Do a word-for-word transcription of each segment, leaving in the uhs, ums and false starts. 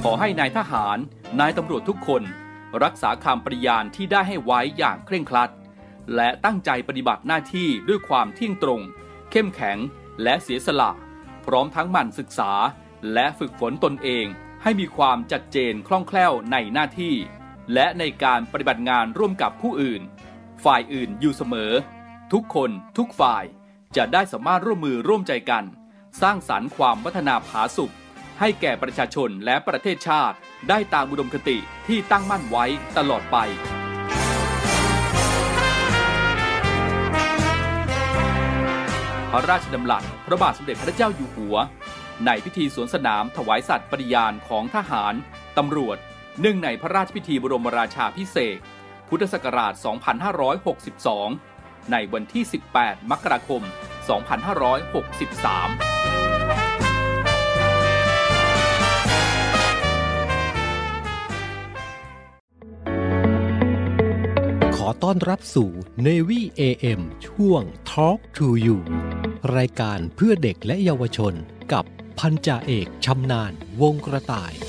อให้นายทหารนายตำรวจทุกคนรักษาคำปฏิญาณที่ได้ให้ไว้อย่างเคร่งครัดและตั้งใจปฏิบัติหน้าที่ด้วยความเที่ยงตรงเข้มแข็งและเสียสละพร้อมทั้งหมั่นศึกษาและฝึกฝนตนเองให้มีความชัดเจนคล่องแคล่วในหน้าที่และในการปฏิบัติงานร่วมกับผู้อื่นฝ่ายอื่นอยู่เสมอทุกคนทุกฝ่ายจะได้สามารถร่วมมือร่วมใจกันสร้างสรรค์ความพัฒนาผาสุกให้แก่ประชาชนและประเทศชาติได้ตามอุดมคติที่ตั้งมั่นไว้ตลอดไปพระราชดำรัสพระบาทสมเด็จพระเจ้าอยู่หัวในพิธีสวนสนามถวายสัตย์ปฏิญาณของทหารตำรวจเนื่องในพระราชพิธีบรมราชาภิเษกพุทธศักราช สองพันห้าร้อยหกสิบสอง ในวันที่ สิบแปด มกราคม สองพันห้าร้อยหกสิบสามขอต้อนรับสู่ Navy เอ เอ็ม ช่วง Talk to You รายการเพื่อเด็กและเยาวชนกับพันจ่าเอกชำนาญวงกระต่าย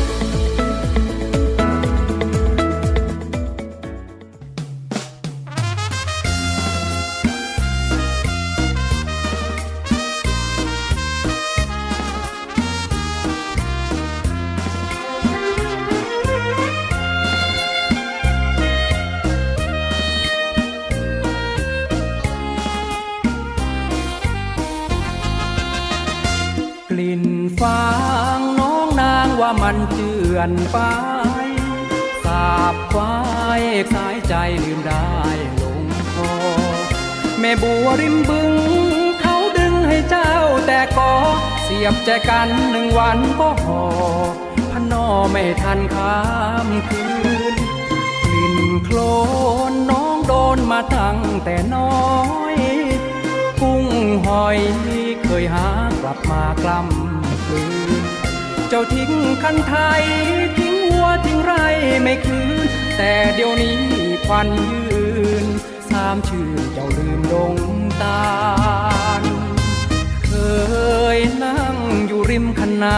กลิ่นฟางน้องนางว่ามันเจือนไปสาบควายสายใจลืมได้ลงคอแม่บัวริมบึงเขาดึงให้เจ้าแต่ก็เสียบใจกันหนึ่งวันก็ห่อพนอไม่ทันข้ามคืนกลิ่นโคลนน้องโดนมาตั้งแต่น้อยกุ้งหอยเคยหากลับมากล้ำกลืนเจ้าทิ้งคันไทยทิ้งวัวทิ้งไร่ไม่คืนแต่เดี๋ยวนี้ควันยืนสามชื่อเจ้าลืมดงตาลเคยนั่งอยู่ริมคันนา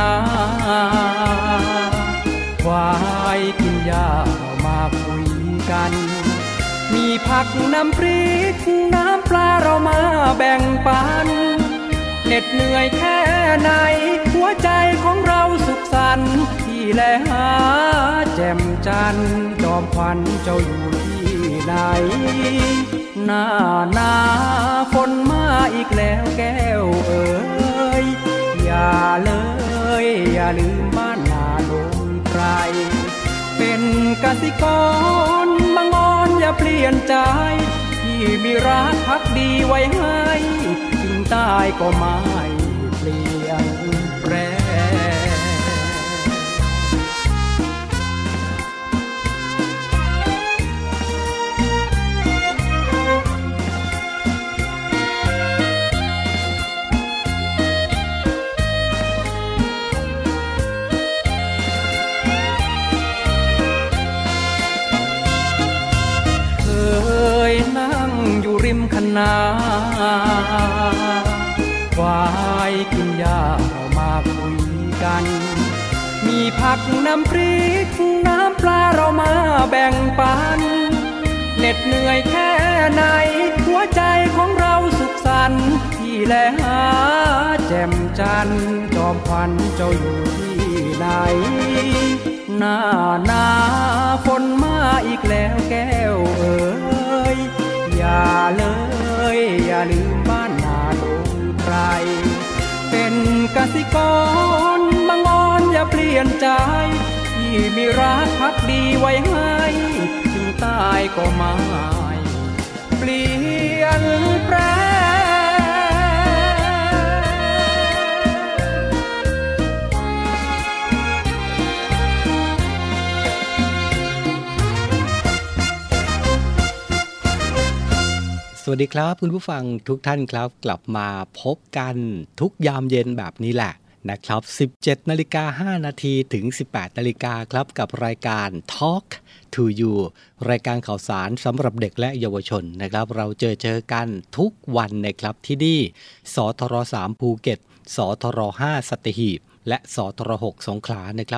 ควายกินหญ้ามาคุยกันมีผักน้ำพริกน้ำปลาเรามาแบ่งปันเหน็ดเหนื่อยแค่ไหนหัวใจของเราสุขสันต์ที่แลหาแจ่มจันทร์จอมขวัญเจ้าอยู่ที่ไหนหน้าหน้าฝนมาอีกแล้วแก้วเอ๋ยอย่าเลยอย่าลืมบ้านนาดงไกรเป็นกสิกรบางอ้อนอย่าเปลี่ยนใจที่มีรักพักดีไว้ให้ถึงตายก็ไม่เปลี่ยนแปรริมคันนาควายกินหญ้าเรามาคุยกันมีผักน้ำพริกน้ำปลาเรามาแบ่งปันเหน็ดเหนื่อยแค่ไหนหัวใจของเราสุขสันต์ที่แลหาแจ่มจันทร์จอมขวัญเจ้าอยู่ที่ไหนหน้าหน้าฝนมาอีกแล้วแก้วเอ๋ยอย่าเลยอย่าลืมบ้านนาดงไกรเป็นกสิกรบางอ้อนอย่าเปลี่ยนใจที่มีรักพักดีไว้ให้ถึงตายก็ไม่เปลี่ยนแปรสวัสดีครับคุณผู้ฟังทุกท่านครับกลับมาพบกันทุกยามเย็นแบบนี้แหละนะครับ สิบเจ็ดนาฬิกาห้านาทีถึง สิบแปดนาฬิกาครับกับรายการ Talk to You รายการข่าวสารสำหรับเด็กและเยาวชนนะครับเราเจอเจอกันทุกวันนะครับที่นี่สทรสามภูเก็ตสทรห้าสัตหีบและสทรหกสงขลานะครับ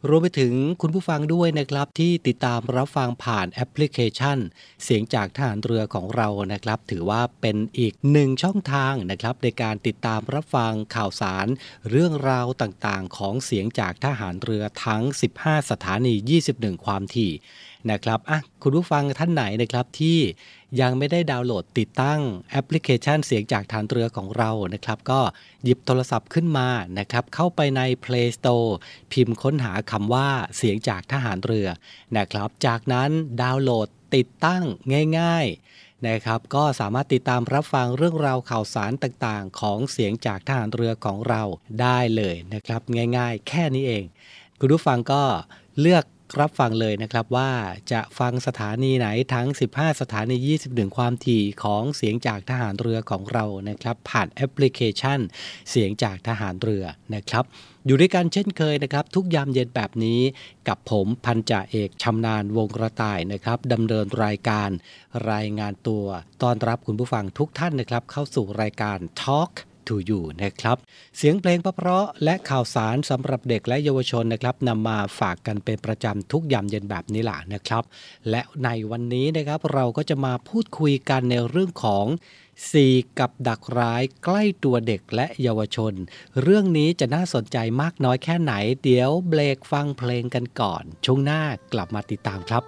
รวมไปถึงคุณผู้ฟังด้วยนะครับที่ติดตามรับฟังผ่านแอปพลิเคชันเสียงจากทหารเรือของเรานะครับถือว่าเป็นอีกหนึ่งช่องทางนะครับในการติดตามรับฟังข่าวสารเรื่องราวต่างๆของเสียงจากทหารเรือทั้งสิบห้าสถานียี่สิบเอ็ดความถี่นะครับอ่ะคุณผู้ฟังท่านไหนนะครับที่ยังไม่ได้ดาวน์โหลดติดตั้งแอปพลิเคชันเสียงจากทหารเรือของเรานะครับก็หยิบโทรศัพท์ขึ้นมานะครับเข้าไปใน Play Store พิมพ์ค้นหาคำว่าเสียงจากทหารเรือนะครับจากนั้นดาวน์โหลดติดตั้งง่ายๆนะครับก็สามารถติดตามรับฟังเรื่องราวข่าวสารต่างๆของเสียงจากทหารเรือของเราได้เลยนะครับง่ายๆแค่นี้เองคุณผู้ฟังก็เลือกรับฟังเลยนะครับว่าจะฟังสถานีไหนทั้งสิบห้าสถานียี่สิบเอ็ดความถี่ของเสียงจากทหารเรือของเรานะครับผ่านแอปพลิเคชันเสียงจากทหารเรือนะครับอยู่ด้วยกันเช่นเคยนะครับทุกยามเย็นแบบนี้กับผมพันจ่าเอกชำนาญวงกระต่ายนะครับดำเนินรายการรายงานตัวต้อนรับคุณผู้ฟังทุกท่านนะครับเข้าสู่รายการ Talk to you นะครับเสียงเพลงเพราะๆและข่าวสารสำหรับเด็กและเยาวชนนะครับนำมาฝากกันเป็นประจำทุกยามเย็นแบบนี้แหละนะครับและในวันนี้นะครับเราก็จะมาพูดคุยกันในเรื่องของสี่กับดักร้ายใกล้ตัวเด็กและเยาวชนเรื่องนี้จะน่าสนใจมากน้อยแค่ไหนเดี๋ยวเบรกฟังเพลงกันก่อนช่วงหน้ากลับมาติดตามครับ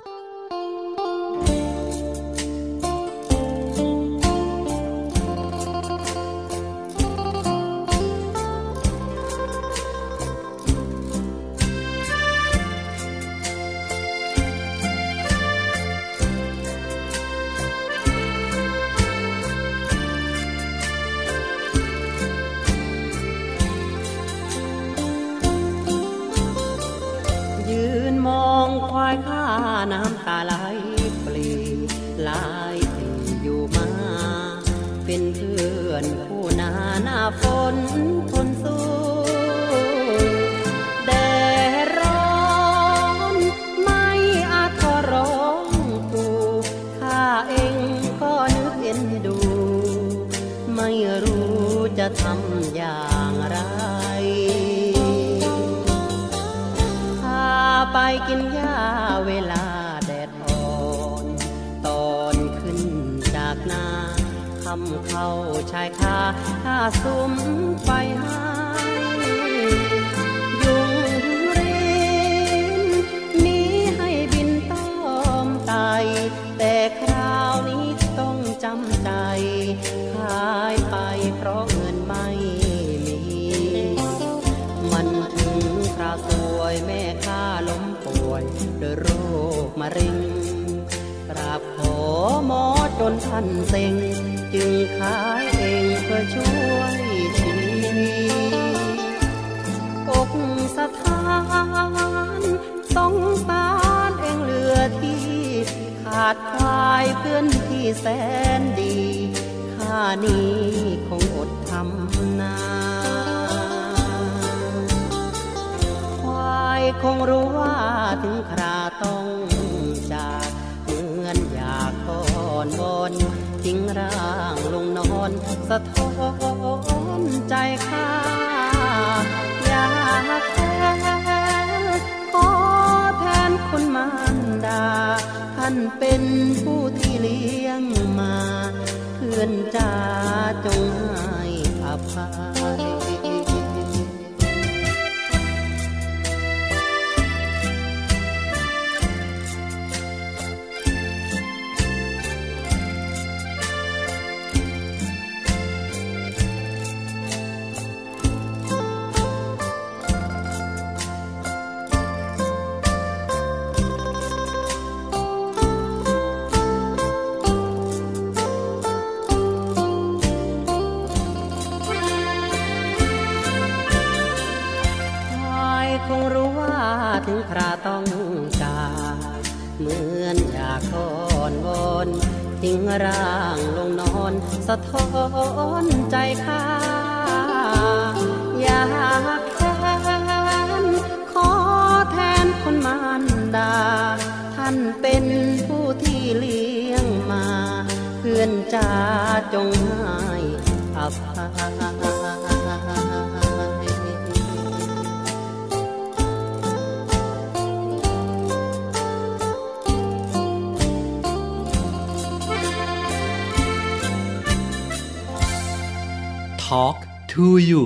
น้ำตาไหลปลีไหลอยู่มาเป็นเพื่อนคู่หน้าหน้าฝนทนสู้แดดร้อนไม่อาจขอร้องกูข้าเองก็นึกเอ็นดูไม่รู้จะทำอย่างไรข้าไปกินหญ้าเวลาแดดอ่อนตอนขึ้นจากนาคำเข้าชายคาข้าสุมไปให้ยุงรินมีให้บินต้อมไตแต่คราวนี้ต้องจำใจขายไปเพราะเงินไม่มีมันถึงคราวสวยแม่ข้าล้มป่วยด้วยโรคมะเร็งกราบขอหมอจนท่านเซ็งจึงขายเองเพื่อช่วยชีวิตอกสถานสงสารเองเหลือที่ขาดควายเพื่อนที่แสนดีข้านี้คงอดทำนาคงรู้ว่าถึงคราต้องจากเหมือนอยากก้อนบนทิ้งร่างลงนอนสะท้อนใจข้าอยากแค่ขอแทนคุณมารดาท่านเป็นผู้ที่เลี้ยงมาเพื่อนจ้าจงให้อภัยถึงคราต้องจากเหมือนอยากทอนวอนทิ้งร่างลงนอนสะท้อนใจข้าอยากแทนขอแทนคนมารดาท่านเป็นผู้ที่เลี้ยงมาเพื่อนจ้าจงให้อภัย Talk to you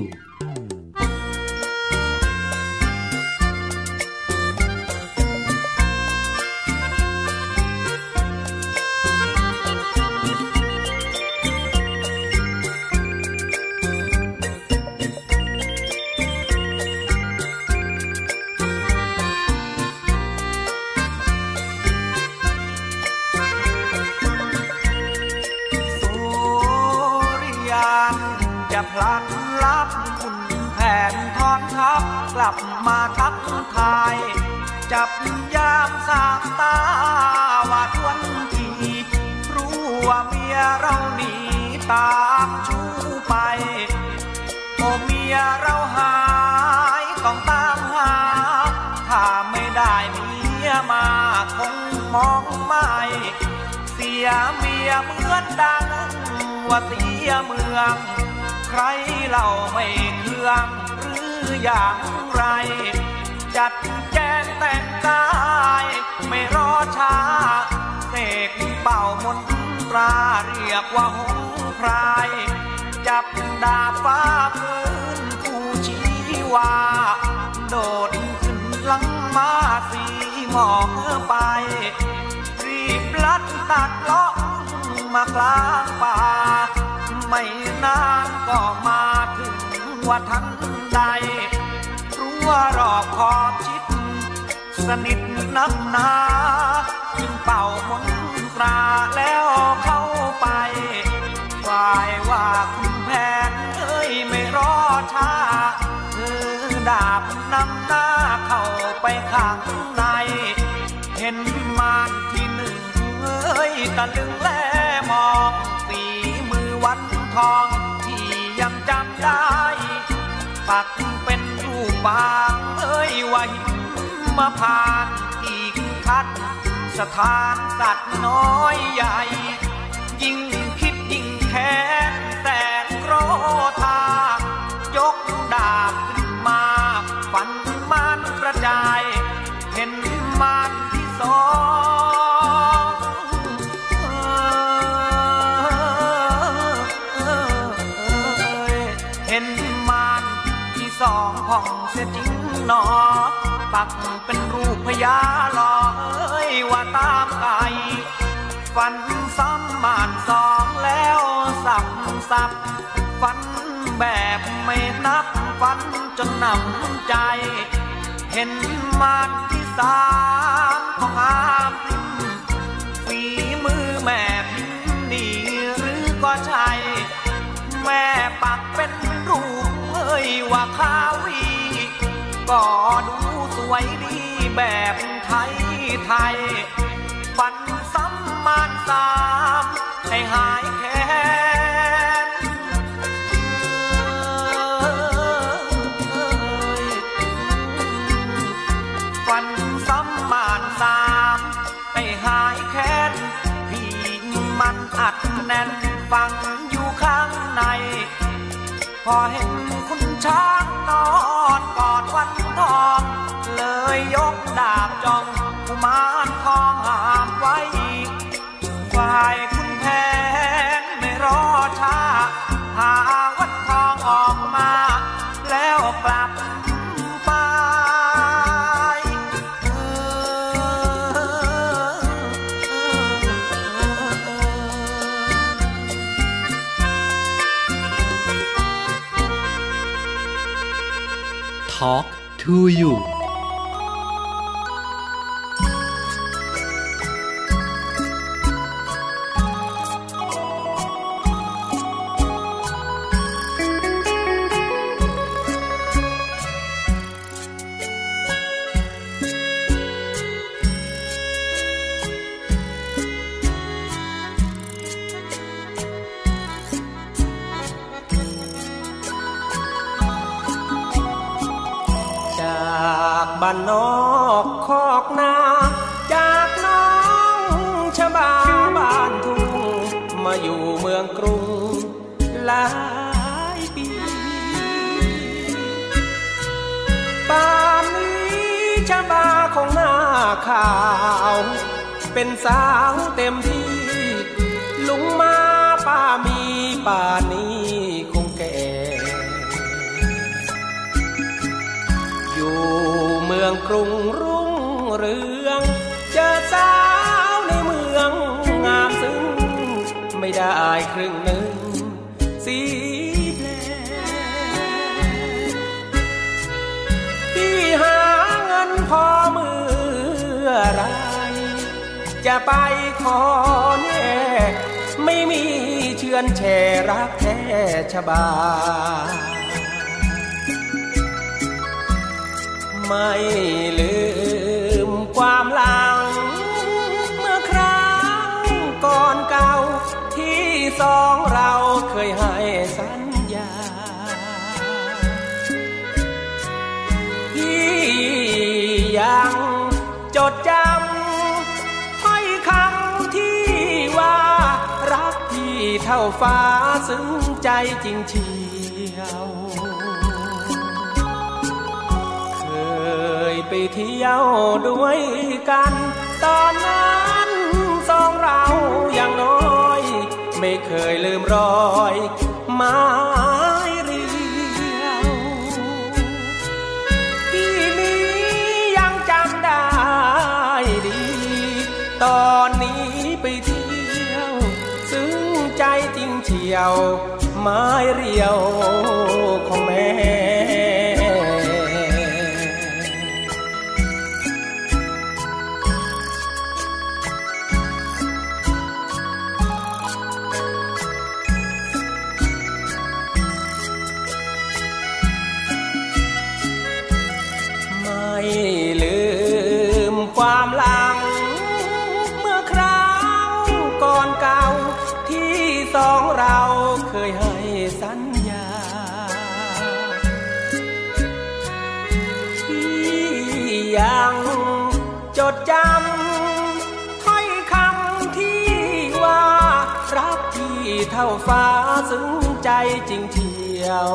พลัดลับคุณแผนทอนทัพกลับมาทักทายจับยามสามตาว่าทวนทีรู้ว่าเมียเราหนีตามชูไปโอ้เมียเราหายต้องตามหาถ้าไม่ได้เมียมาคงมองไม่เสียเมียเหมือนดังว่าเสียเมืองใครเล่าไม่เครื่องหรืออย่างไรจัดแจงแต่งกายไม่รอช้าเสกเป่ามนตราเรียกว่าหงส์พรายจับดาบฟ้าพื้นผู้ชีวาโดดขึ้นหลังมาสีหมอกไปรีบลัดตัดเลาะมากลางป่าไม่นานก็มาถึงว่าทันใดรู้ว่ารอบขอบชิดสนิทนักหนาจึงเป่ามนตราแล้วเข้าไปฝ่ายว่าคุณแผนเอ้ยไม่รอช้าคือดาบนำหน้าเข้าไปข้างในเห็นมารที่หนึ่งเอ้ยตะลึงแลมองฝีมือวันทองที่ยังจำได้ปักเป็นรูปบางเอ้ยว่าหินมาผ่านอีกทัดสถานสัตว์น้อยใหญ่ยิ่งคิดยิ่งแค้นแต่โกรธายกดาบขึ้นมาฟันมันกระจายเห็นมันที่สองเห็นมันที่สองของเสียจริงหนอปักเป็นรูปพญาลอเอ้ยว่าตามไก่ฟันซ้ำมันสองแล้วสับสับฟันแบบไม่นับฟันจนหนำใจเห็นมันที่สามของอามฝีมือแม่พิมพ์นี่หรือก็ใช่แม่ปักเป็นรูปเอ้ยว่าคาวีก็ดูสวยดีแบบไทยไทยฟันซ้ำมันสามให้หายแค้นฟันซ้ำมันสามให้หายแค้นพี่มันอัดแน่นฟังอยู่ข้างในพอเห็นคุณช้างนอนกอดวันทองเลยยกดาบจ้องกุมารทองห้ามไว้ฝ่ายคุณแผนไม่รอช้าหาวันทองออกมาแล้วกลับไป Talk to you บ้านนอกคอกนาจากน้องชบาบ้านทุ่งมาอยู่เมืองกรุงหลายปีป่านนี้ชบาของหน้าขาวเป็นสาวเต็มที่ลุงมาป้ามีป่านนี้คงแก่อยู่เมืองกรุงรุ่งเรืองเจอสาวในเมืองงามซึ้งไม่ได้ครึ่งหนึ่งสีแผลที่หาเงินพอเมื่อไรจะไปขอแน่ไม่มีเชื่อนแช่รักแท้ชบาไม่ลืมความหลังเมื่อครั้งก่อนเก่าที่สองเราเคยให้สัญญาที่ยังจดจำถ้อยคำที่ว่ารักที่เท่าฟ้าซึ้งใจจริงเชียวไปเที่ยวด้วยกันตอนนั้นสองเราอย่างน้อยไม่เคยลืมรอยไม้เรียวที่นี้ยังจำได้ดีตอนนี้ไปเที่ยวซึ้งใจจริงเชียวไม้เรียวของแม่ความหลังเมื่อครั้งก่อนเก่าที่สองเราเคยให้สัญญาที่ยังจดจำถ้อยคำที่ว่ารักที่เท่าฟ้าซึ้งใจจริงเทียว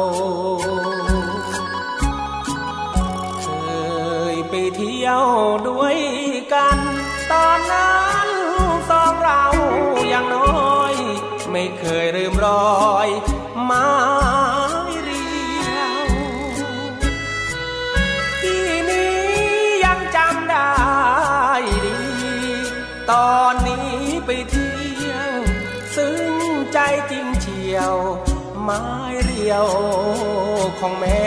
ไปเที่ยวด้วยกันตอนนั้นสองเราอย่างน้อยไม่เคยลืมรอยไม้เรียวที่นี้ยังจำได้ดีตอนนี้ไปเที่ยวซึ้งใจจริงเชียวไม้เรียวของแม่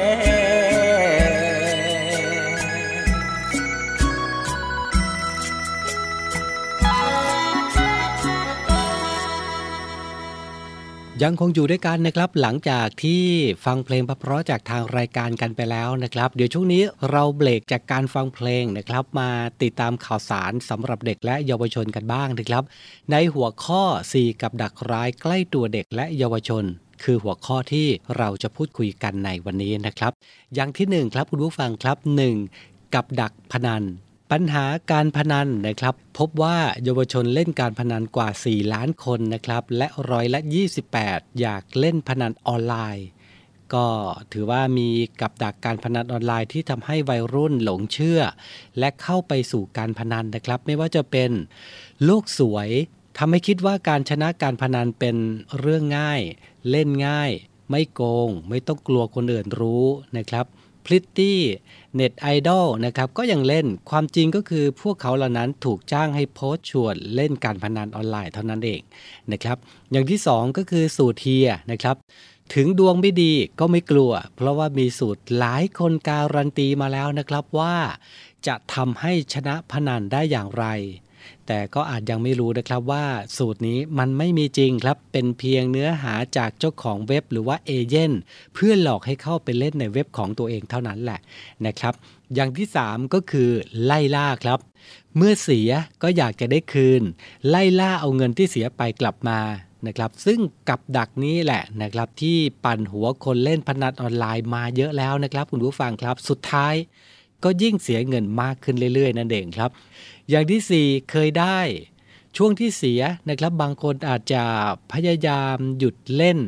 ยังคงอยู่ด้วยกันนะครับหลังจากที่ฟังเพลงเพราะๆจากทางรายการกันไปแล้วนะครับเดี๋ยวช่วงนี้เราเบรกจากการฟังเพลงนะครับมาติดตามข่าวสารสำหรับเด็กและเยาวชนกันบ้างนะครับในหัวข้อสี่กับดักร้ายใกล้ตัวเด็กและเยาวชนคือหัวข้อที่เราจะพูดคุยกันในวันนี้นะครับอย่างที่หนึ่งครับคุณผู้ฟังครับหนึ่งกับดักพนันปัญหาการพนันนะครับพบว่าเยาวชนเล่นการพนันกว่าสี่ล้านคนนะครับและร้อยละยี่สิบแปดอยากเล่นพนันออนไลน์ก็ถือว่ามีกับดักการพนันออนไลน์ที่ทำให้วัยรุ่นหลงเชื่อและเข้าไปสู่การพนันนะครับไม่ว่าจะเป็นโลกสวยทำให้คิดว่าการชนะการพนันเป็นเรื่องง่ายเล่นง่ายไม่โกงไม่ต้องกลัวคนอื่นรู้นะครับพริตตี้เน็ตไอดอลนะครับก็ยังเล่นความจริงก็คือพวกเขาเหล่านั้นถูกจ้างให้โพสต์ชวนเล่นการพนันออนไลน์เท่านั้นเองนะครับอย่างที่สองก็คือสูตรเฮียนะครับถึงดวงไม่ดีก็ไม่กลัวเพราะว่ามีสูตรหลายคนการันตีมาแล้วนะครับว่าจะทำให้ชนะพนันได้อย่างไรแต่ก็อาจยังไม่รู้นะครับว่าสูตรนี้มันไม่มีจริงครับเป็นเพียงเนื้อหาจากเจ้าของเว็บหรือว่าเอเจนต์เพื่อหลอกให้เข้าไปเล่นในเว็บของตัวเองเท่านั้นแหละนะครับอย่างที่สามก็คือไล่ล่าครับเมื่อเสียก็อยากจะได้คืนไล่ล่าเอาเงินที่เสียไปกลับมานะครับซึ่งกับดักนี้แหละนะครับที่ปั่นหัวคนเล่นพนันออนไลน์มาเยอะแล้วนะครับคุณผู้ฟังครับสุดท้ายก็ยิ่งเสียเงินมากขึ้นเรื่อยๆนั่นเองครับอย่างที่สี่เคยได้ช่วงที่เสียนะครับบางคนอาจจะพยายามหยุดเล่น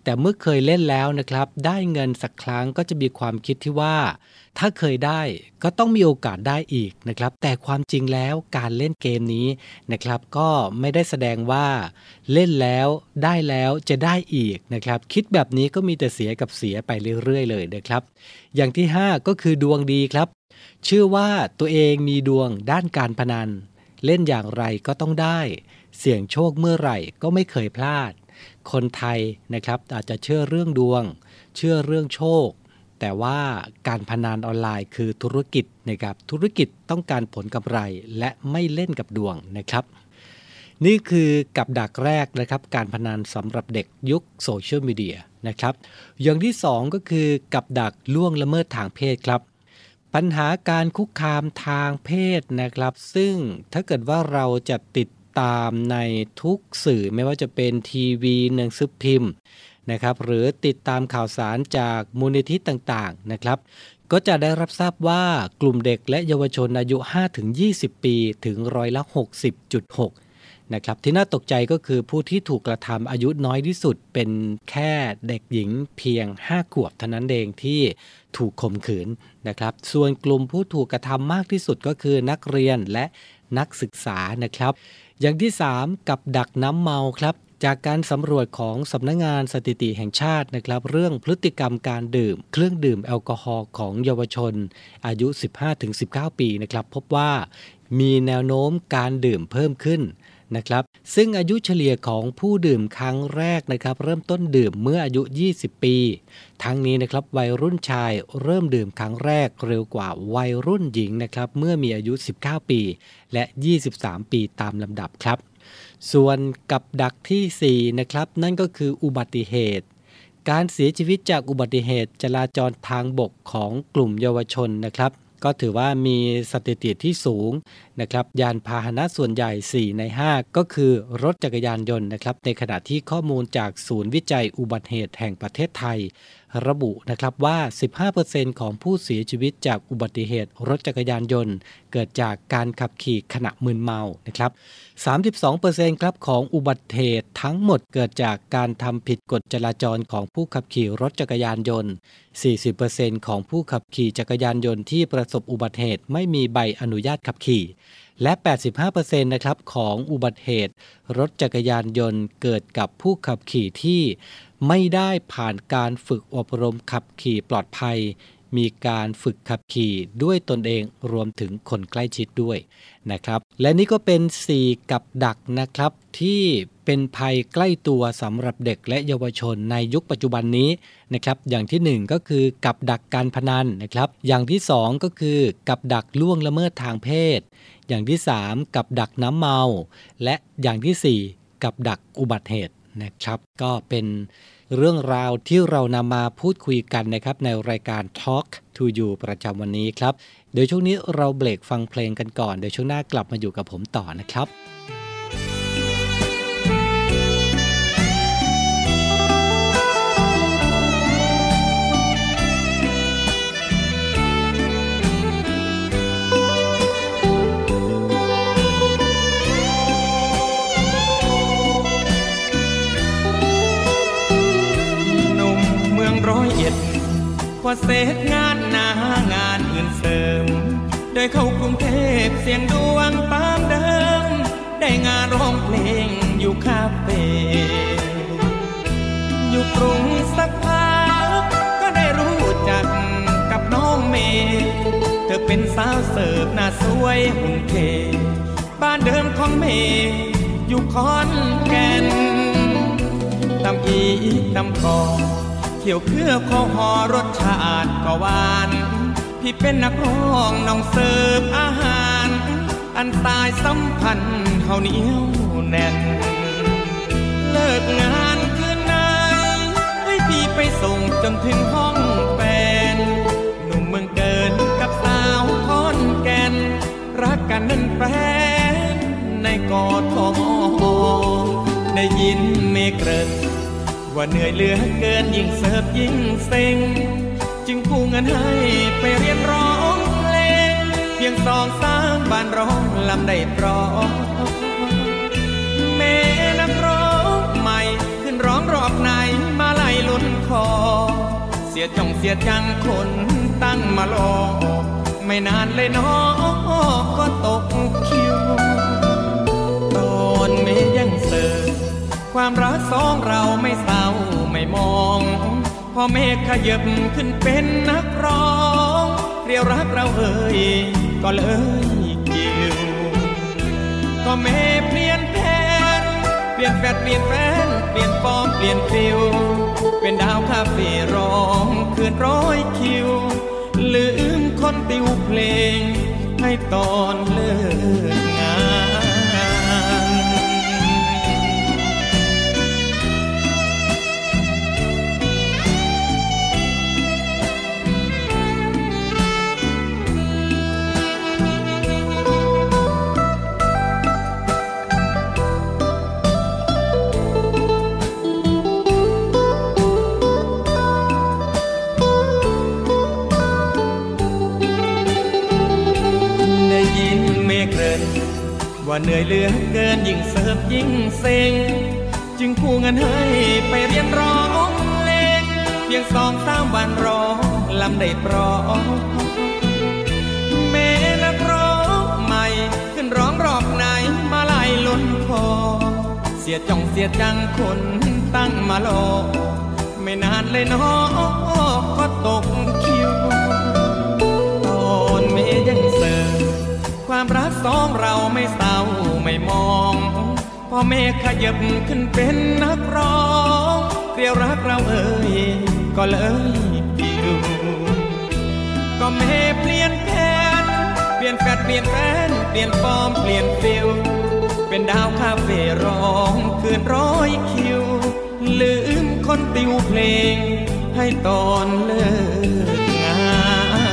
แต่เมื่อเคยเล่นแล้วนะครับได้เงินสักครั้งก็จะมีความคิดที่ว่าถ้าเคยได้ก็ต้องมีโอกาสได้อีกนะครับแต่ความจริงแล้วการเล่นเกมนี้นะครับก็ไม่ได้แสดงว่าเล่นแล้วได้แล้วจะได้อีกนะครับคิดแบบนี้ก็มีแต่เสียกับเสียไปเรื่อยๆเลยนะครับอย่างที่ห้าก็คือดวงดีครับเชื่อว่าตัวเองมีดวงด้านการพนันเล่นอย่างไรก็ต้องได้เสี่ยงโชคเมื่อไหร่ก็ไม่เคยพลาดคนไทยนะครับอาจจะเชื่อเรื่องดวงเชื่อเรื่องโชคแต่ว่าการพนันออนไลน์คือธุรกิจนะครับธุรกิจต้องการผลกำไรและไม่เล่นกับดวงนะครับนี่คือกับดักแรกนะครับการพนันสำหรับเด็กยุคโซเชียลมีเดียนะครับอย่างที่สองก็คือกับดักล่วงละเมิดทางเพศครับปัญหาการคุกคามทางเพศนะครับซึ่งถ้าเกิดว่าเราจะติดตามในทุกสื่อไม่ว่าจะเป็นทีวีหนังสือพิมพ์นะครับหรือติดตามข่าวสารจากมูลนิธิต่างๆนะครับก็จะได้รับทราบว่ากลุ่มเด็กและเยาวชนอายุ ห้าถึงยี่สิบ ปีถึงร้อยละ หกสิบจุดหก นะครับที่น่าตกใจก็คือผู้ที่ถูกกระทำอายุน้อยที่สุดเป็นแค่เด็กหญิงเพียงห้าขวบเท่านั้นเองที่ถูกข่มขืนนะครับส่วนกลุ่มผู้ถูกกระทำมากที่สุดก็คือนักเรียนและนักศึกษานะครับอย่างที่สามกับดักน้ำเมาครับจากการสำรวจของสำนักงานสถิติแห่งชาตินะครับเรื่องพฤติกรรมการดื่มเครื่องดื่มแอลกอฮอล์ของเยาวชนอายุ สิบห้าถึงสิบเก้า ปีนะครับพบว่ามีแนวโน้มการดื่มเพิ่มขึ้นนะครับซึ่งอายุเฉลี่ยของผู้ดื่มครั้งแรกนะครับเริ่มต้นดื่มเมื่ออายุ ยี่สิบ ปีทั้งนี้นะครับวัยรุ่นชายเริ่มดื่มครั้งแรกเร็วกว่าวัยรุ่นหญิงนะครับเมื่อมีอายุ สิบเก้า ปีและยี่สิบสามปีตามลำดับครับส่วนกับดักที่สี่นะครับนั่นก็คืออุบัติเหตุการเสียชีวิตจากอุบัติเหตุจราจรทางบกของกลุ่มเยาวชนนะครับก็ถือว่ามีสถิติที่สูงนะครับยานพาหนะส่วนใหญ่สี่ในห้าก็คือรถจักรยานยนต์นะครับในขณะที่ข้อมูลจากศูนย์วิจัยอุบัติเหตุแห่งประเทศไทยระบุนะครับว่า สิบห้าเปอร์เซ็นต์ ของผู้เสียชีวิตจากอุบัติเหตุรถจักรยานยนต์เกิดจากการขับขี่ขณะมึนเมานะครับ สามสิบสองเปอร์เซ็นต์ ครับของอุบัติเหตุทั้งหมดเกิดจากการทำผิดกฎจราจรของผู้ขับขี่รถจักรยานยนต์ สี่สิบเปอร์เซ็นต์ ของผู้ขับขี่จักรยานยนต์ที่ประสบอุบัติเหตุไม่มีใบอนุญาตขับขี่และ แปดสิบห้าเปอร์เซ็นต์ นะครับของอุบัติเหตุรถจักรยานยนต์เกิดกับผู้ขับขี่ที่ไม่ได้ผ่านการฝึกอบรมขับขี่ปลอดภัยมีการฝึกขับขี่ด้วยตนเองรวมถึงคนใกล้ชิดด้วยนะครับและนี่ก็เป็นสี่กับดักนะครับที่เป็นภัยใกล้ตัวสำหรับเด็กและเยาวชนในยุคปัจจุบันนี้นะครับอย่างที่หนึ่งก็คือกับดักการพนันนะครับอย่างที่สองก็คือกับดักล่วงละเมิดทางเพศอย่างที่สามกับดักน้ำเมาและอย่างที่สี่กับดักอุบัติเหตุนะครับก็เป็นเรื่องราวที่เรานำมาพูดคุยกันนะครับในรายการ Talk to You ประจำวันนี้ครับเดี๋ยวช่วงนี้เราเบรกฟังเพลงกันก่อนเดี๋ยวช่วงหน้ากลับมาอยู่กับผมต่อนะครับพอเสร็จงานหน้างานอื่นเสริมโดยเข้ากรุงเทพเสียงดวงปามเดิมได้งานร้องเพลงอยู่คาเฟ่อยู่กรุงสักพักก็ได้รู้จักกับน้องเมย์เธอเป็นสาวเสิร์ฟหน้าสวยหุ่นเทบ้านเดิมของเมย์อยู่ขอนแก่นตำอีตำกอเที่ยวเครือข้าวหอรสชาติก็หวานพี่เป็นนักร้องน้องเสิร์ฟอาหารอันสายสัมพันธ์เฮาเหนียวแน่นเลิกงานคืนไหนให้พี่ไปส่งจนถึงห้องแฟนหนุ่มเมืองเกินกับสาวขอนแก่นรักกันนั่นแฟนในกทมได้ยินเมฆเกริ่นว่าเหนื่อยเหลือเกินยิ่งเสิร์ฟยิ่งเซ็งจึงกู้เงินให้ไปเรียนร้องเพลงเพียงสองสามบานร้องลำได้ปลอบแม่นักร้องใหม่ขึ้นร้องรอบไหนมาไล่อเสียจ่องเสียจังคนตั้งมารอไม่นานเลยน้อก็ตกคิวตอนเมย์ยังเสิร์ฟความรักสองเราไม่เศร้าไม่มองพอเมฆขยับขึ้นเป็นนักร้องเรียวรักเราเอ่ยก็เลยกิ้วก็เมฆเปลี่ยนแผนเปลี่ยนแฟดเปลี่ยนแฟนเปลี่ยนฟอร์มเปลี่ยนฟิลเป็นดาวคาเฟ่ร้องคืนร้อยคิวลืมคนติวเพลงให้ตอนเลิกงานว่าเหนื่อยเหลือเกินยิ่งเสิร์ฟยิ่งเซ็งจึงกู้เงินให้ไปเรียนร้องเพลงเพียงสองสามวันร้องลำได้ปลอกเมนักร้องใหม่ขึ้นร้องรอบไหนมาไล่ล้นคอเสียจ่องเสียจังคนตั้งมารอไม่นานเลยน้อก็ตกคิวตอนเมยังเสิร์ฟความรักสองเราไม่เศร้าไม่มองพอเมฆขยับขึ้นเป็นนักร้องเรียวรักเราเอ่ยก็เลยปิวก็เมฆเปลี่ยนแผนเปลี่ยนแฟดเปลี่ยนแฟนเปลี่ยนฟอร์มเปลี่ยนฟิลเป็นดาวคาเฟ่ร้องคืนร้อยคิวลืมคนติวเพลงให้ตอนเลิกงาน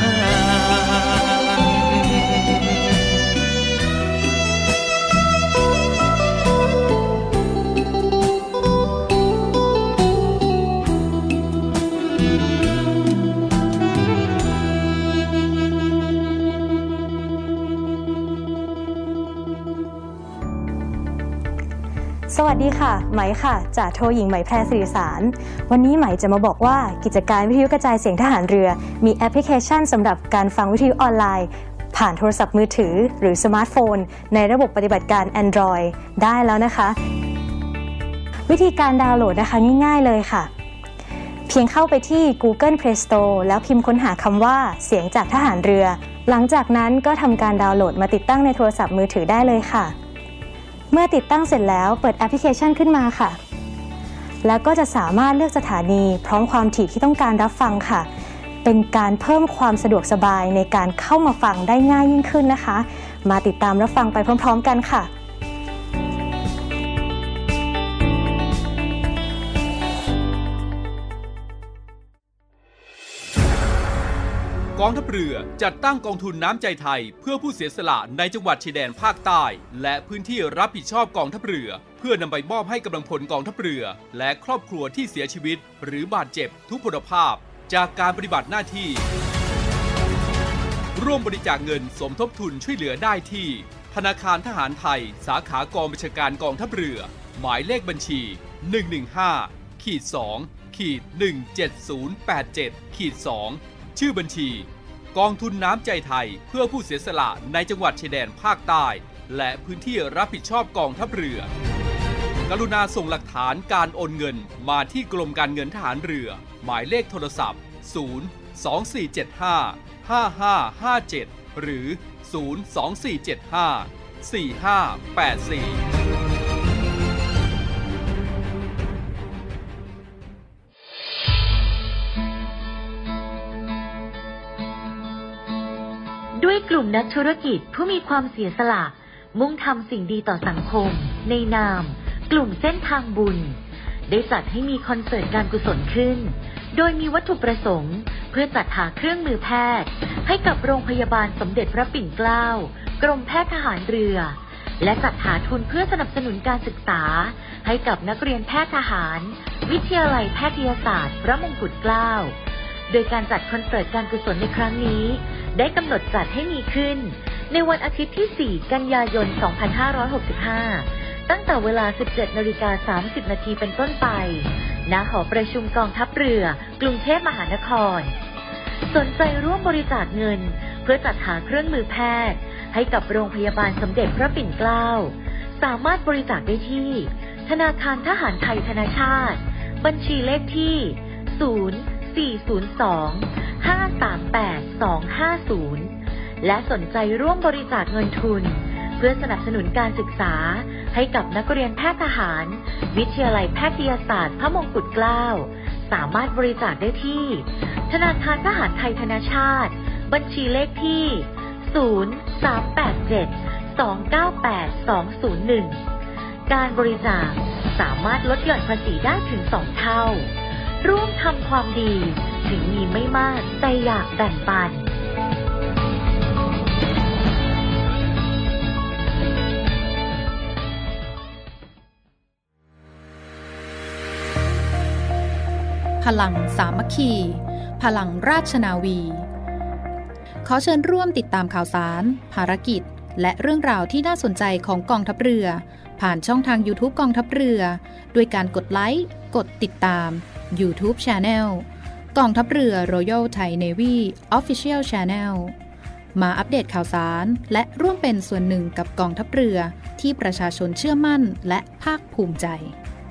สวัสดีค่ะไหมค่ะจากโทหญิงไหมแพรสิริสารวันนี้ไหมจะมาบอกว่ากิจการวิทยุกระจายเสียงทหารเรือมีแอปพลิเคชันสำหรับการฟังวิทยุออนไลน์ผ่านโทรศัพท์มือถือหรือสมาร์ทโฟนในระบบปฏิบัติการ Android ได้แล้วนะคะวิธีการดาวน์โหลดนะคะง่ายๆเลยค่ะเพียงเข้าไปที่ Google Play Store แล้วพิมพ์ค้นหาคำว่าเสียงจากทหารเรือหลังจากนั้นก็ทำการดาวน์โหลดมาติดตั้งในโทรศัพท์มือถือได้เลยค่ะเมื่อติดตั้งเสร็จแล้วเปิดแอปพลิเคชันขึ้นมาค่ะแล้วก็จะสามารถเลือกสถานีพร้อมความถี่ที่ต้องการรับฟังค่ะเป็นการเพิ่มความสะดวกสบายในการเข้ามาฟังได้ง่ายยิ่งขึ้นนะคะมาติดตามรับฟังไปพร้อมๆกันค่ะกองทัพเรือจัดตั้งกองทุนน้ำใจไทยเพื่อผู้เสียสละในจังหวัดชายแดนภาคใต้และพื้นที่รับผิดชอบกองทัพเรือเพื่อนำไปมอบให้กำลังพลกองทัพเรือและครอบครัวที่เสียชีวิตหรือบาดเจ็บทุพพลภาพจากการปฏิบัติหน้าที่ร่วมบริจาคเงินสมทบทุนช่วยเหลือได้ที่ธนาคารทหารไทยสาขากองบัญชาการกองทัพเรือหมายเลขบัญชี หนึ่ง หนึ่ง ห้า สอง หนึ่ง เจ็ด ศูนย์ แปด เจ็ด สองชื่อบัญชีกองทุนน้ำใจไทยเพื่อผู้เสียสละในจังหวัดชายแดนภาคใต้และพื้นที่รับผิดชอบกองทัพเรือกรุณาส่งหลักฐานการโอนเงินมาที่กรมการเงินทหารเรือหมายเลขโทรศัพท์ ศูนย์ สอง สี่ เจ็ด ห้า ห้า ห้า ห้า เจ็ด หรือ ศูนย์ สอง สี่ เจ็ด ห้า สี่ ห้า แปด สี่ด้วยกลุ่มนักธุรกิจผู้มีความเสียสละมุ่งทำสิ่งดีต่อสังคมในนามกลุ่มเส้นทางบุญได้จัดให้มีคอนเสิร์ตการกุศลขึ้นโดยมีวัตถุประสงค์เพื่อจัดหาเครื่องมือแพทย์ให้กับโรงพยาบาลสมเด็จพระปิ่นเกล้ากรมแพทย์ทหารเรือและจัดหาทุนเพื่อสนับสนุนการศึกษาให้กับนักเรียนแพทย์ทหารวิทยาลัยแพทยศาสตร์พระมงกุฎเกล้าโดยการจัดคอนเสิร์ตการกุศลในครั้งนี้ได้กำหนดจัดให้มีขึ้นในวันอาทิตย์ที่ สี่ กันยายน สองพันห้าร้อยหกสิบห้า ตั้งแต่เวลา สิบเจ็ดนาฬิกาสามสิบนาทีเป็นต้นไปณณหอประชุมกองทัพเรือกรุงเทพมหานครสนใจร่วมบริจาคเงินเพื่อจัดหาเครื่องมือแพทย์ให้กับโรงพยาบาลสมเด็จพระปิ่นเกล้าสามารถบริจาคได้ที่ธนาคารทหารไทยธนชาติบัญชีเลขที่ศูนย์ สี่ ศูนย์ สอง ห้า สาม แปด สอง ห้า ศูนย์และสนใจร่วมบริจาคเงินทุนเพื่อสนับสนุนการศึกษาให้กับนักเรียนแพทย์ทหารวิทยาลัยแพทยศาสตร์พระมงกุฎเกล้าสามารถบริจาคได้ที่ธนาคารทหารไทยธนชาติบัญชีเลขที่ศูนย์ สาม แปด เจ็ด สอง เก้า แปด สอง ศูนย์ หนึ่งการบริจาคสามารถลดหย่อนภาษีได้ถึงสองเท่าร่วมทำความดีถึงมีไม่มากแต่อยากแบ่งปันพลังสามัคคีพลังราชนาวีขอเชิญร่วมติดตามข่าวสารภารกิจและเรื่องราวที่น่าสนใจของกองทัพเรือผ่านช่องทาง YouTube กองทัพเรือด้วยการกดไลค์กดติดตาม YouTube Channel กองทัพเรือ Royal Thai Navy Official Channel มาอัปเดตข่าวสารและร่วมเป็นส่วนหนึ่งกับกองทัพเรือที่ประชาชนเชื่อมั่นและภาคภูมิใจ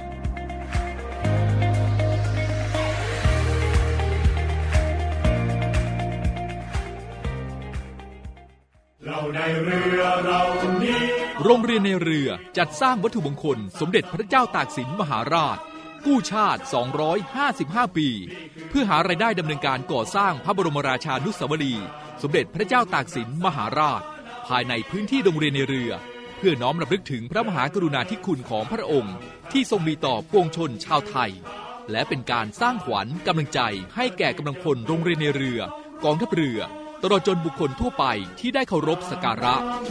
ในเรือเรานี้โรงเรียนในเรือจัดสร้างวัตถุมงคลสมเด็จพระเจ้าตากสินมหาราชกู้ชาติสองร้อยห้าสิบห้าปีเพื่อหารายได้ดำเนินการก่อสร้างพระบรมราชานุสาวรีย์สมเด็จพระเจ้าตากสินมหาราชภายในพื้นที่โรงเรียนในเรือเพื่อน้อมรำลึกถึงพระมหากรุณาธิคุณของพระองค์ที่ทรงมีต่อปวงชนชาวไทยและเป็นการสร้างขวัญกำลังใจให้แก่กำลังพลโรงเรียนในเรือกองทัพเรือตลอดจนบุคคลทั่วไปที่ได้เคารพสักการะ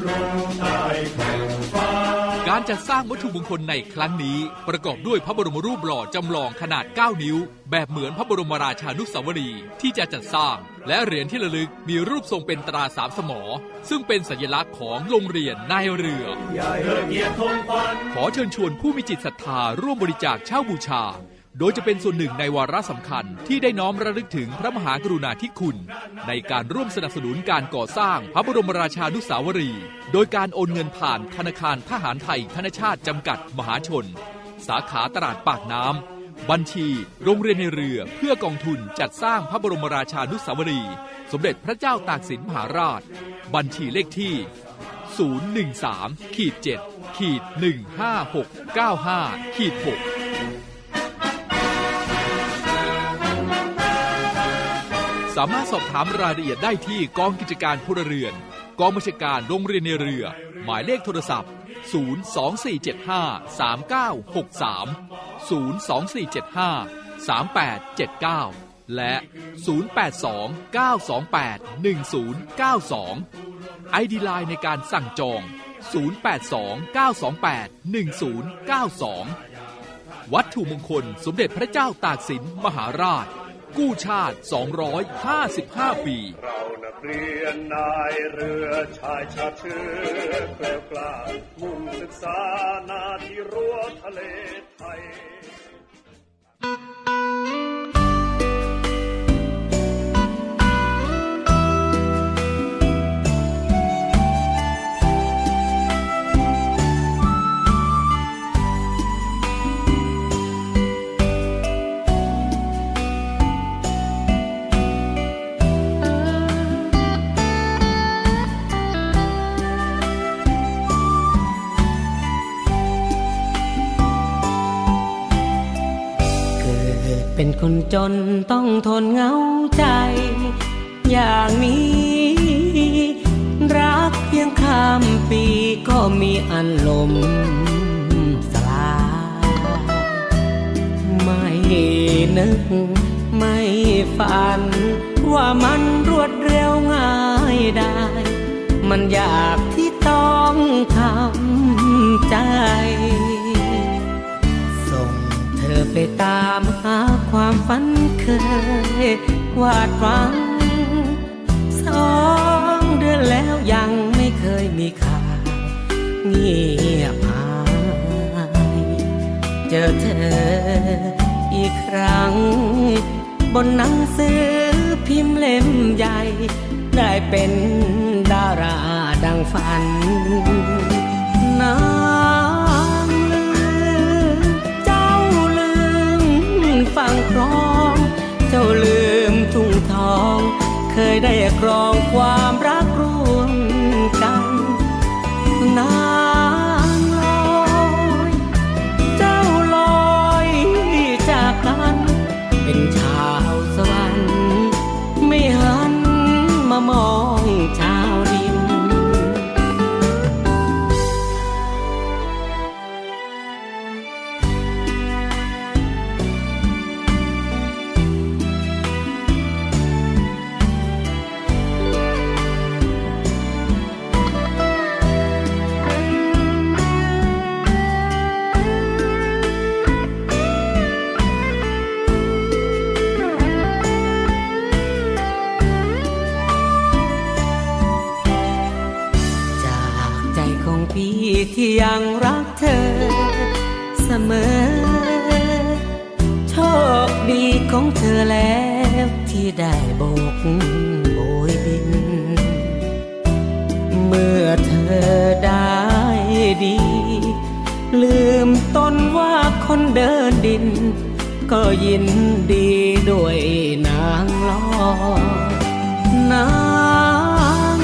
การจัดสร้างวัตถุมงคลในครั้งนี้ประกอบด้วยพระบรมรูปหล่อจำลองขนาดเก้านิ้วแบบเหมือนพระบรมราชานุสาวรีย์ที่จะจัดสร้างและเหรียญที่ระลึกมีรูปทรงเป็นตราสามสมอซึ่งเป็นสัญลักษณ์ของโรงเรียนนายเรือขอเชิญชวนผู้มีจิตศรัทธาร่วมบริจาคเช่าบูชาโดยจะเป็นส่วนหนึ่งในวาระสำคัญที่ได้น้อมระลึกถึงพระมหากรุณาธิคุณในการร่วมสนับสนุนการก่อสร้างพระบรมราชานุสาวรีย์โดยการโอนเงินผ่านธนาคารทหารไทยธนชาติจำกัดมหาชนสาขาตลาดปากน้ำบัญชีโรงเรียนในเรือเพื่อกองทุนจัดสร้างพระบรมราชานุสาวรีย์สมเด็จพระเจ้าตากสินมหาราชบัญชีเลขที่ศูนย์ หนึ่ง สาม เจ็ด หนึ่ง ห้า หก เก้า ห้า หกสามารถสอบถามรายละเอียดได้ที่กองกิจการพลเรือนกองบัญชาการโรงเรียนในเรือหมายเลขโทรศัพท์ศูนย์ สอง สี่ เจ็ด ห้า สาม เก้า หก สาม ศูนย์ สอง สี่ เจ็ด ห้า สาม แปด เจ็ด เก้าและศูนย์ แปด สอง เก้า สอง แปด หนึ่ง ศูนย์ เก้า สอง ไอ ดี ไลน์ในการสั่งจองศูนย์ แปด สอง เก้า สอง แปด หนึ่ง ศูนย์ เก้า สองวัตถุมงคลสมเด็จพระเจ้าตากสินมหาราชกู้ชาติสองร้อยห้าสิบห้าปีเรานักเรียนนายเรือชายชาติเชื้อแกล้วกล้ามุ่งศึกษานาที่รั้วทะเลไทยเป็นคนจนต้องทนเหงาใจอย่างนี้รักเพียงข้ามปีก็มีอันลมสลายไม่นึกไม่ฝันว่ามันรวดเร็วง่ายได้มันยากที่ต้องทำใจเธอไปตามหาความฝันเคยวาดหวังสองเดือนแล้วยังไม่เคยมีข่าวเงียบหายเจอเธออีกครั้งบนหนังสือพิมพ์เล่มใหญ่ได้เป็นดาราดังฝันนางลืมเจ้าลืมฟังครองเจ้าลืมทุ่งทองเคยได้ครองความรักร่วมกันนางลอยเจ้าลอยจากกันเป็นชาวสวรรค์ไม่หันมามองชาวดินพี่ที่ยังรักเธอเสมอโชคดีของเธอแล้วที่ได้โบกโบยบินเมื่อเธอได้ดีลืมตนว่าคนเดินดินก็ยินดีด้วยนางลอยนาง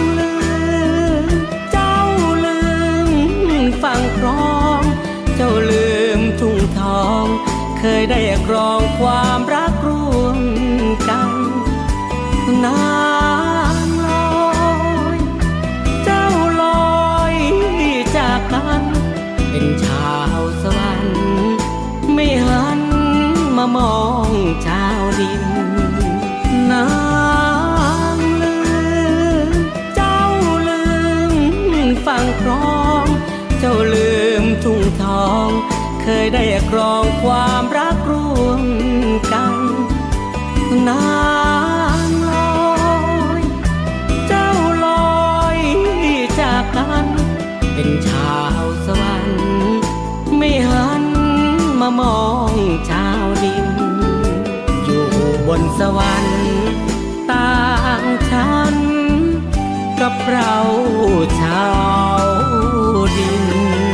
ฟังครองเจ้าลืมทุ่งทองเคยได้ครองความรักร่วมกันนางลอยเจ้าลอยจากกันเป็นชาวสวรรค์ไม่หันมามองชาวดินนางลืมเจ้าลืมฟังครองเจ้าลืมทุ่งทองเคยได้ครองความรักร่วมกันนางลอยเจ้าลอยจากกันเป็นชาวสวรรค์ไม่หันมามองชาวดินอยู่บนสวรรค์ต่างชั้นกับเราชาวดิน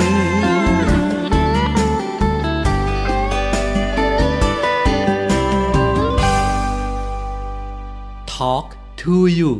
Talk to you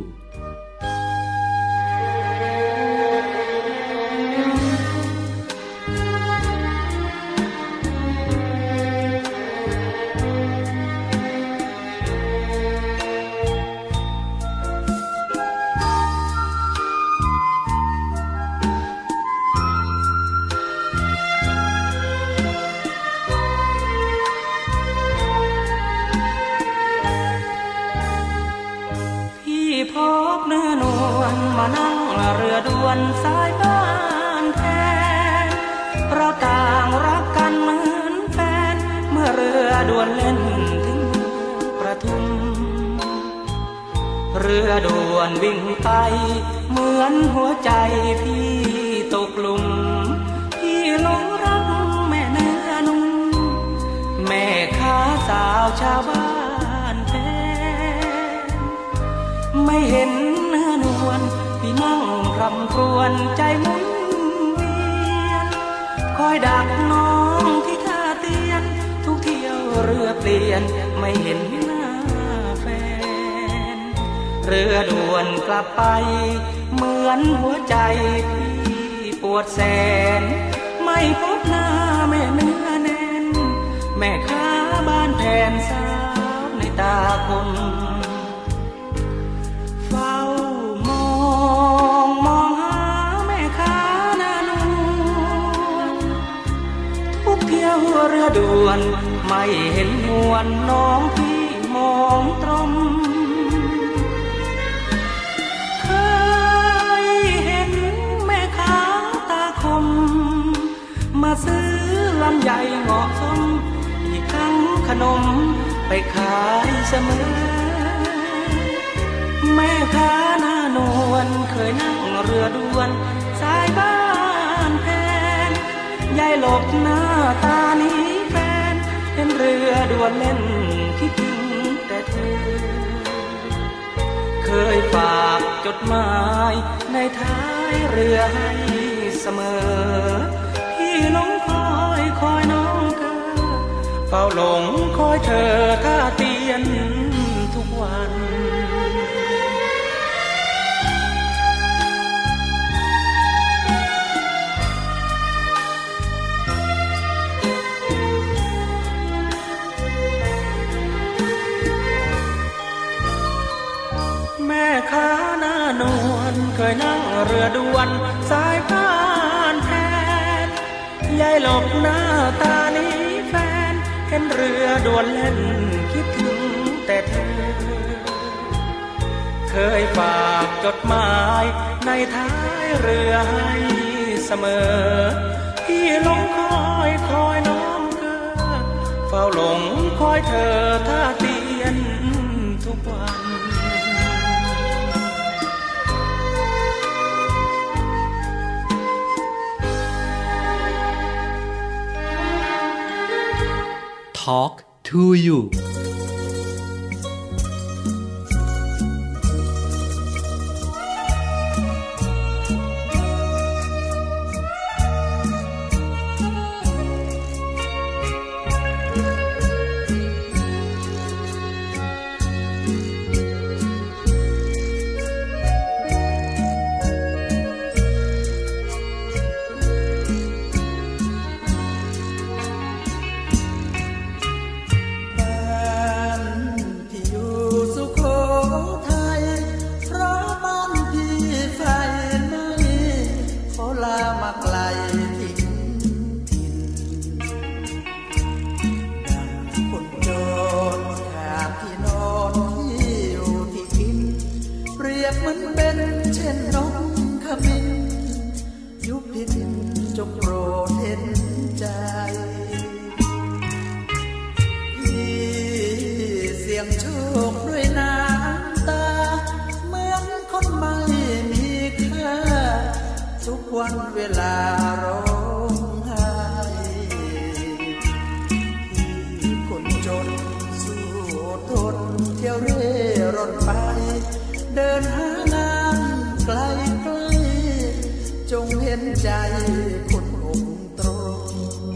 มานั่งเรือด่วนสายบ้านแทนเราต่างรักกันเหมือนแฟนเมื่อเรือด่วนเล่นถึงประทุมเรือด่วนวิ่งไปเหมือนหัวใจพี่ตกหลุมพี่หลงรักแม่เนื้อนุ่มแม่ค้าสาวชาวบ้านแทนไม่เห็นเนื้อนวลพี่นั่งรำครวญใจหมุนเวียนคอยดักน้องที่ท่าเตียนทุกเที่ยวเรือเปลี่ยนไม่เห็นหน้าแฟนเรือด่วนกลับไปเหมือนหัวใจพี่ปวดแสนไม่พบหน้าแม่เนื้อแน่นแม่ค้าบ้านแผนสาวในตาคมเฝ้ามองมองหาแม่ค้าหน้านวลทุกเที่ยวเรือด่วนไม่เห็นนวลน้องพี่มองตรงเคยเห็นแม่ค้าตาคมมาซื้อลำไยเหมาะสมอีกครั้งขนมไปขายเสมอแม่ค้าหน้านวลเคยนั่งเรือด่วนสายบ้านแทนยายหลบหน้าตานี้แฟนเห็นเรือด่วนเล่นคิดถึงแต่เธอเคยฝากจดหมายในท้ายเรือให้เสมอพี่หลงคอยคอยน้องเธอเฝ้าหลงคอยเธอท่าเตียนทุกวันแม่ค้าหน้านวลเคยนั่งเรือด่วนสายผ่านแทนยายหลบหน้าตานี้แฟนเห็นเรือด่วนเล่นคิดถึงแต่เธอเคยฝากจดหมายในท้ายเรือให้เสมอพี่หลงคอยคอยน้องเธอเฝ้าหลงคอยเธอท่าเตียนทุกวัน Talk to you เวลาร้องไห้ที่คนจนสู้ทนเที่ยวเร่ร่อนไปเดินหางานไกลไกลจงเห็นใจคนอกตรง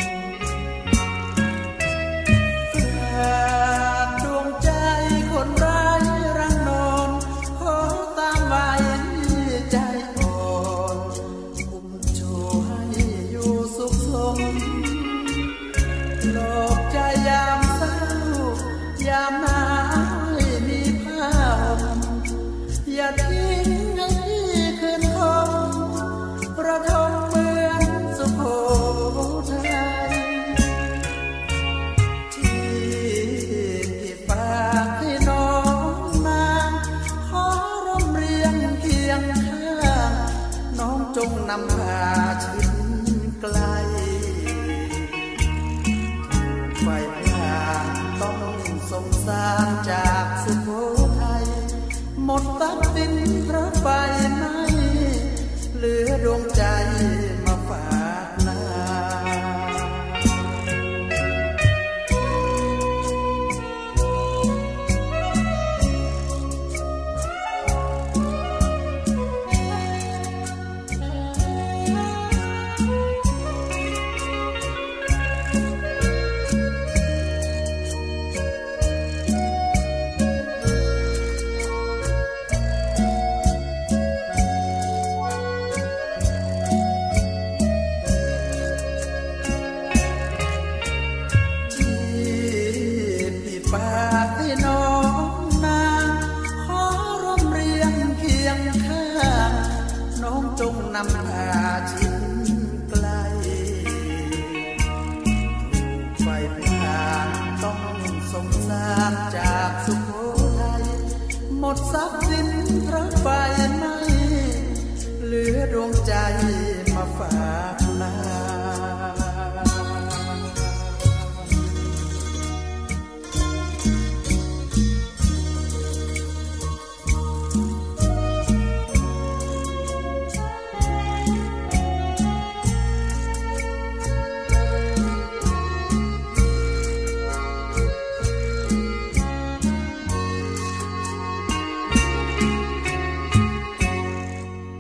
ฝากดวงใจคนไร้รังนอนขอตามไว้ใจหลอกใจยามเศร้ายามหนาวให้มีผ้าห่มอย่าทิ้งให้พี่คืนคงระทมเหมือนสุโขทัยที่พี่ฝากให้น้องนางขอร่มเรียงเคียงข้างน้องจงนำพาชิดไกลไฟพาต้องสงสารจากสุโขทัยหมดทรัพย์สินเพราะไฟไหม้เหลือดวงใจมาฝากนา ดทรัพย์สินเพราะไฟไหม้เหลือดวงใจมาฝากนาเ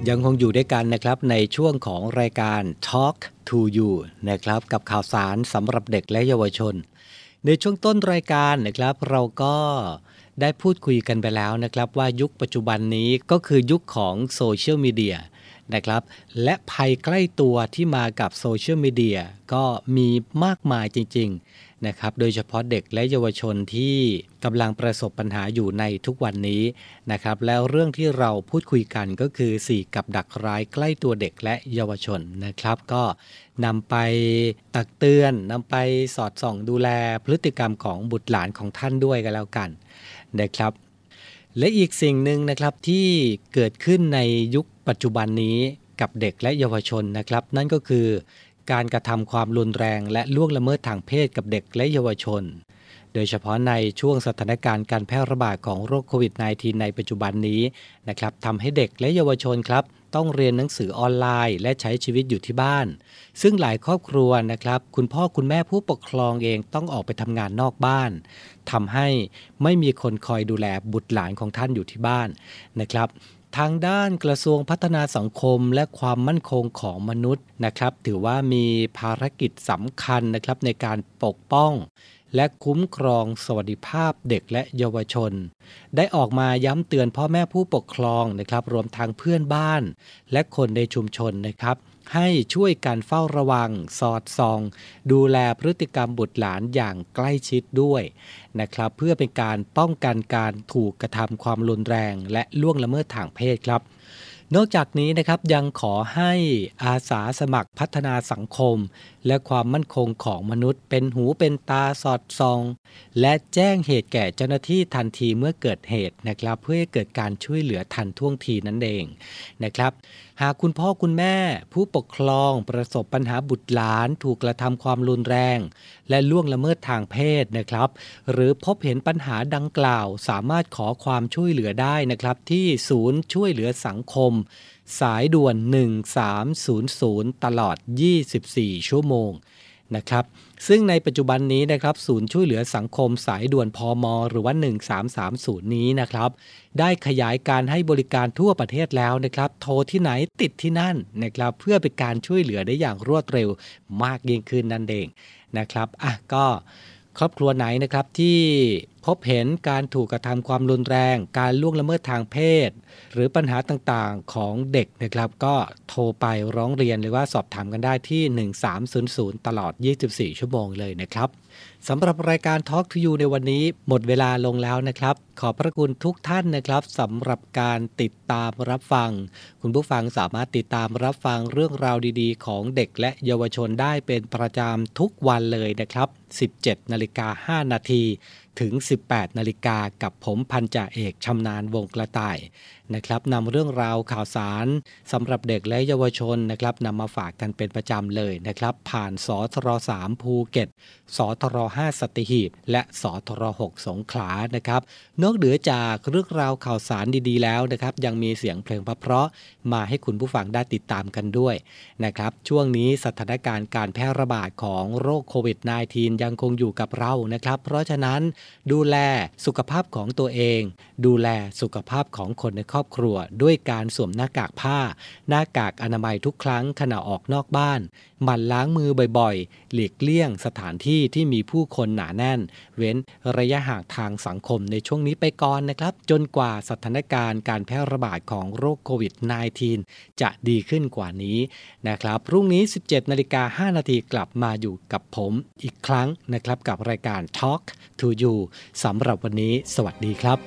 ยังคงอยู่ด้วยกันนะครับในช่วงของรายการ Talk to You นะครับกับข่าวสารสำหรับเด็กและเยาวชนในช่วงต้นรายการนะครับเราก็ได้พูดคุยกันไปแล้วนะครับว่ายุคปัจจุบันนี้ก็คือยุคของโซเชียลมีเดียนะครับและภัยใกล้ตัวที่มากับโซเชียลมีเดียก็มีมากมายจริงๆนะครับโดยเฉพาะเด็กและเยาวชนที่กำลังประสบปัญหาอยู่ในทุกวันนี้นะครับแล้วเรื่องที่เราพูดคุยกันก็คือสี่กับดักร้ายใกล้ตัวเด็กและเยาวชนนะครับก็นำไปตักเตือนนำไปสอดส่องดูแลพฤติกรรมของบุตรหลานของท่านด้วยกันแล้วกันนะครับและอีกสิ่งหนึ่งนะครับที่เกิดขึ้นในยุคปัจจุบันนี้กับเด็กและเยาวชนนะครับนั่นก็คือการกระทำความรุนแรงและล่วงละเมิดทางเพศกับเด็กและเยาวชนโดยเฉพาะในช่วงสถานการณ์การแพร่ระบาดของโรคโควิด สิบเก้า ในปัจจุบันนี้นะครับทำให้เด็กและเยาวชนครับต้องเรียนหนังสือออนไลน์และใช้ชีวิตอยู่ที่บ้านซึ่งหลายครอบครัวนะครับคุณพ่อคุณแม่ผู้ปกครองเองต้องออกไปทำงานนอกบ้านทำให้ไม่มีคนคอยดูแลบุตรหลานของท่านอยู่ที่บ้านนะครับทางด้านกระทรวงพัฒนาสังคมและความมั่นคงของมนุษย์นะครับถือว่ามีภารกิจสำคัญนะครับในการปกป้องและคุ้มครองสวัสดิภาพเด็กและเยาวชนได้ออกมาย้ำเตือนพ่อแม่ผู้ปกครองนะครับรวมทั้งเพื่อนบ้านและคนในชุมชนนะครับให้ช่วยกันเฝ้าระวังสอดส่องดูแลพฤติกรรมบุตรหลานอย่างใกล้ชิดด้วยนะครับเพื่อเป็นการป้องกันการถูกกระทำความรุนแรงและล่วงละเมิดทางเพศครับนอกจากนี้นะครับยังขอให้อาสาสมัครพัฒนาสังคมและความมั่นคงของมนุษย์เป็นหูเป็นตาสอดส่องและแจ้งเหตุแก่เจ้าหน้าที่ทันทีเมื่อเกิดเหตุนะครับเพื่อให้เกิดการช่วยเหลือทันท่วงทีนั่นเองนะครับหากคุณพ่อคุณแม่ผู้ปกครองประสบปัญหาบุตรหลานถูกกระทำความรุนแรงและล่วงละเมิดทางเพศนะครับหรือพบเห็นปัญหาดังกล่าวสามารถขอความช่วยเหลือได้นะครับที่ศูนย์ช่วยเหลือสังคมสายด่วนหนึ่งสามศูนย์ศูนย์ตลอดยี่สิบสี่ชั่วโมงนะครับซึ่งในปัจจุบันนี้นะครับศูนย์ช่วยเหลือสังคมสายด่วนพม.หรือว่าหนึ่งสามสามศูนย์นี้นะครับได้ขยายการให้บริการทั่วประเทศแล้วนะครับโทรที่ไหนติดที่นั่นนะครับเพื่อเป็นการช่วยเหลือได้อย่างรวดเร็วมากยิ่งขึ้นนั่นเองนะครับอ่ะก็ครอบครัวไหนนะครับที่พบเห็นการถูกกระทำความรุนแรงการล่วงละเมิดทางเพศหรือปัญหาต่างๆของเด็กนะครับก็โทรไปร้องเรียนหรือว่าสอบถามกันได้ที่หนึ่งสามศูนย์ศูนย์ตลอดยี่สิบสี่ชั่วโมงเลยนะครับสำหรับรายการ Talk to You ในวันนี้หมดเวลาลงแล้วนะครับขอบพระคุณทุกท่านนะครับสำหรับการติดตามรับฟังคุณผู้ฟังสามารถติดตามรับฟังเรื่องราวดีๆของเด็กและเยาวชนได้เป็นประจำทุกวันเลยนะครับ สิบเจ็ดนาฬิกาห้านาทีถึง สิบแปดนาฬิกากับผมพันจ่าเอกชำนาญวงกระต่ายนะครับนำเรื่องราวข่าวสารสำหรับเด็กและเยาวชนนะครับนำมาฝากกันเป็นประจำเลยนะครับผ่านสทรสามภูเก็ตสทรห้าสัตหีบและสทรหกสงขลานะครับนอกเหนือจากเรื่องราวข่าวสารดีๆแล้วนะครับยังมีเสียงเพลงเพราะๆมาให้คุณผู้ฟังได้ติดตามกันด้วยนะครับช่วงนี้สถานการณ์การแพร่ระบาดของโรคโควิด สิบเก้า ยังคงอยู่กับเรานะครับเพราะฉะนั้นดูแลสุขภาพของตัวเองดูแลสุขภาพของคนในครอบครัวด้วยการสวมหน้ากากผ้าหน้ากากอนามัยทุกครั้งขณะออกนอกบ้านหมั่นล้างมือบ่อยๆหลีกเลี่ยงสถานที่ที่มีผู้คนหนาแน่นเว้นระยะห่างทางสังคมในช่วงนี้ไปก่อนนะครับจนกว่าสถานการณ์การแพร่ระบาดของโรคโควิด สิบเก้า จะดีขึ้นกว่านี้นะครับพรุ่งนี้ สิบเจ็ดนาฬิกาห้านาทีกลับมาอยู่กับผมอีกครั้งนะครับกับรายการ Talk to You สำหรับวันนี้สวัสดีครับ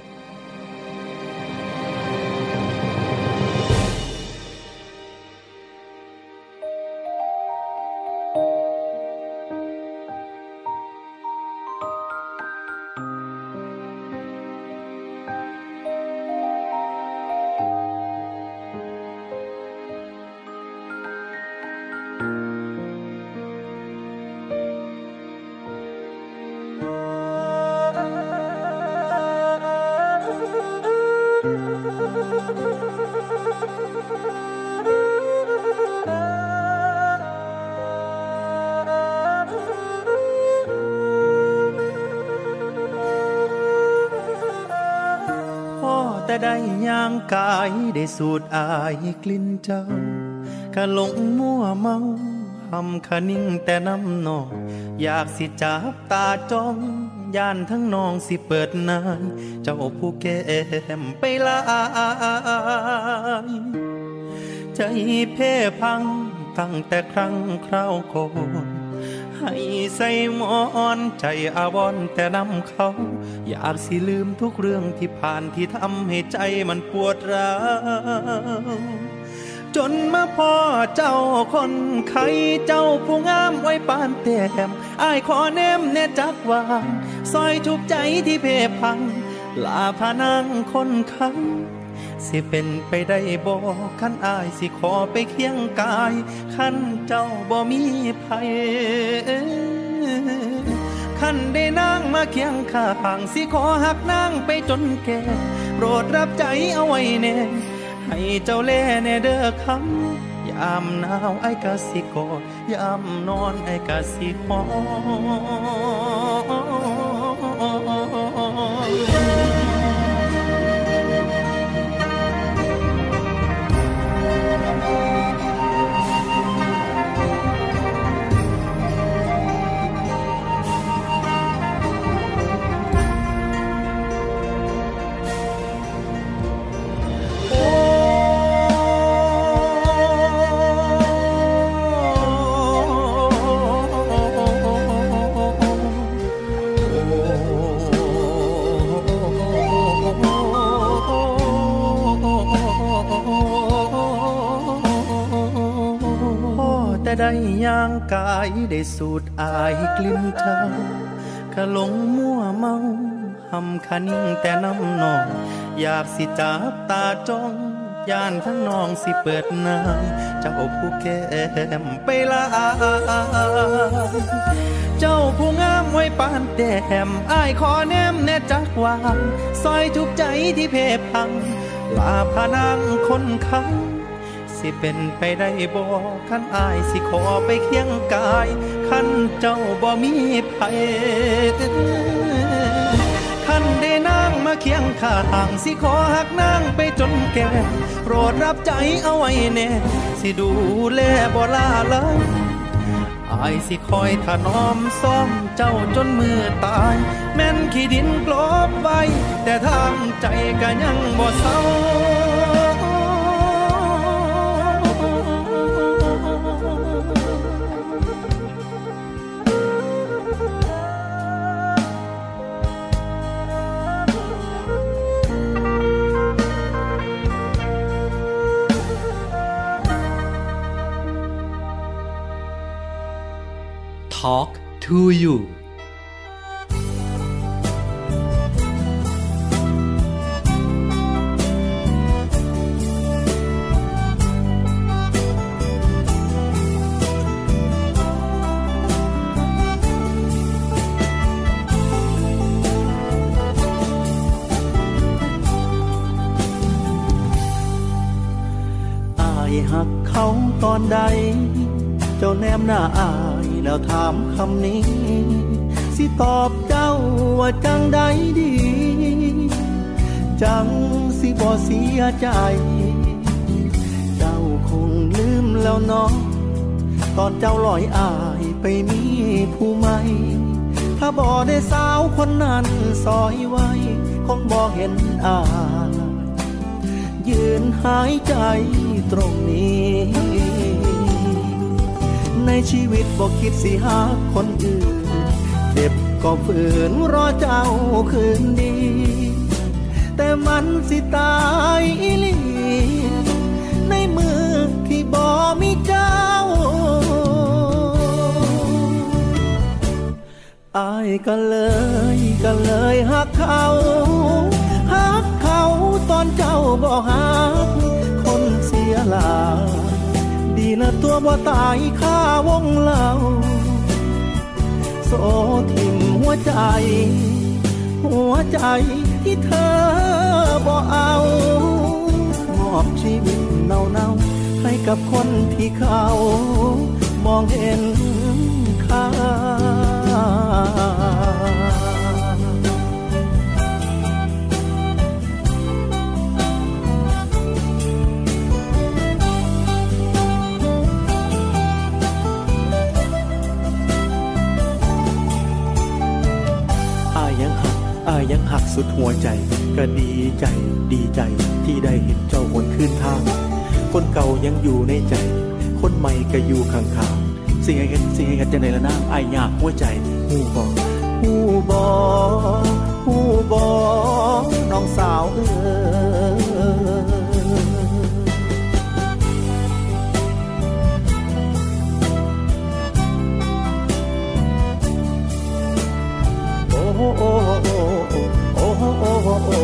ได้ย่างกายได้สูดอายกลิ่นเจ้าก็หลงมัวเมาหำคะนิ่งแต่น้ำนองอยากสิจับตาจ้องย่านทั้งน้องสิเปิดนายเจ้าผู้แก้มไปลายใจเพ่พังตั้งแต่ครั้งคราวก่อนให้ใส่หมอนใจอาวรแต่นำเขาอยากสิลืมทุกเรื่องที่ผ่านที่ทำให้ใจมันปวดร้าวจนมาพ่อเจ้าคนไข้เจ้าผู้งามไว้ปานแต้มอ้ายขอแนมแน่จักวางซอยทุกใจที่เพพังลาพานังคนค้ำสิเป็นไปได้บ่คันอ้ายสิขอไปเคียงกายคันเจ้าบ่มีภัยคันได้นางมาเคียงข้างสิขอหักนางไปจนแก่โปรดรับใจเอาไว้แน่ให้เจ้าแลแน่เด้อคำยามหนาวไอ้กะสิกอดยามนอนไอ้กะสิหอได้ย่างกายได้สูดอายกลิ่นเจ้าก็หลงมัวเมาหำคะนิ่งแต่น้ำนองอยากสิจับตาจ้องย่านทั้งน้องสิเปิดนายเจ้าผู้แก้มไปลายเจ้าผู้งามไว้ปานแต้มอ้ายขอแนมแน่จักวางซอยทุกใจที่เพพังลาพานังคนค้ำสิเป็นไปได้บ่คันอ้ายสิขอไปเคียงกายคันเจ้าบ่มีภัยคันได้นางมาเคียงข้างสิขอหักนางไปจนแก่โปรดรับใจเอาไว้แน่สิดูแลบ่ลาเลยอ้ายสิคอยถนอมซ้อมเจ้าจนมือตายแม่นขี้ดินกลบไว้แต่ทางใจก็ยังบ่เศร้า Talk to you อ้ายหักเขาตอนใดเจ้าแนมหน้าอายแล้วถามคำนี้สิตอบเจ้าว่าจังใดดีจังสิบ่เสียใจเจ้าคงลืมแล้วเนาะตอนเจ้าลอยอายไปมีผู้ใหม่ถ้าบ่ได้สาวคนนั้นซอยไว้คงบ่เห็นอายยืนหายใจตรงนี้ในชีวิตบ่คิดสิหาคนอื่นเจ็บก็ฝืนรอเจ้าคืนดีแต่มันสิตายอีหลีในมือที่บ่มีเจ้าอ้ายก็เลยก็เลยหักเขาหักเขาตอนเจ้าบ่หักคนเสียหลายดีนะตัวบ่ตายข้าวงเล่าโซทิ่มหัวใจหัวใจที่เธอบ่เอามอบชีวิตเน่าๆให้กับคนที่เขามองเห็นค่าหักสุดหัวใจก็ดีใจดีใจที่ได้เห็นเจ้าหวนคืนทางคนเก่ายังอยู่ในใจคนใหม่ก็อยู่ข้างๆสิ่งไอ้เฮ็ดสิ่งไอ้เฮ็ดจังได๋ล่ะนางอ้ายยากหัวใจฮู้บ่ฮู้บ่ฮู้บ่น้องสาวเอ้ยโอ้โอ้โอ้โอ้โอ้โอ้โอ้โอ้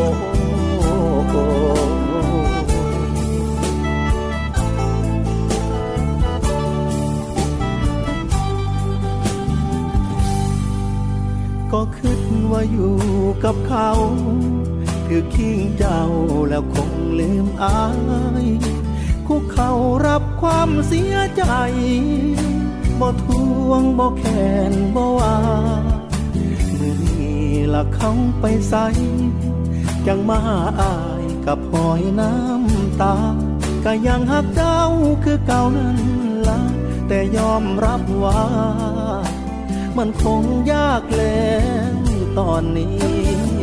ก็คิดว่าอยู่กับเขาถือทิ้งเจ้าแล้วคงลืมอายคุกเขารับความเสียใจบ่ทวงบ่แค้นบ่ว่ามื้อนี้ละเขาไปใส่จังมาอายกับหอยน้ำตาก็ยังหักเจ้าคือเก่านั้นล่ะแต่ยอมรับว่ามันคงยากแล้วตอนนี้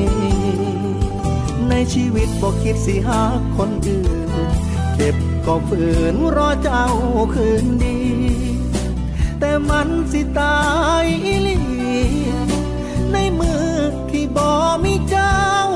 ในชีวิตบ่คิดสิหาคนอื่นเจ็บก็ฝืนรอเจ้าคืนดีแต่มันสิตายอีหลีในมือที่บ่มีเจ้า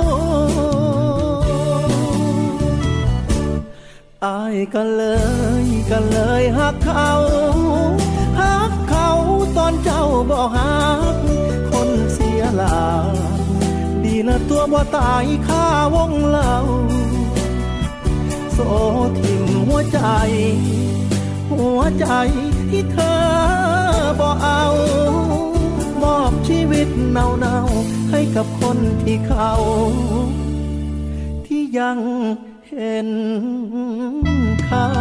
อายก็เลยก็เลยหักเขาหักเขาตอนเจ้าบ่หักคนเสียหลายดีนะตัวบ่ตายค่าวงเล่าโซทิ่มหัวใจหัวใจที่เธอบ่เอามอบชีวิตเน่าๆให้กับคนที่เขาที่ยังเห็นค่า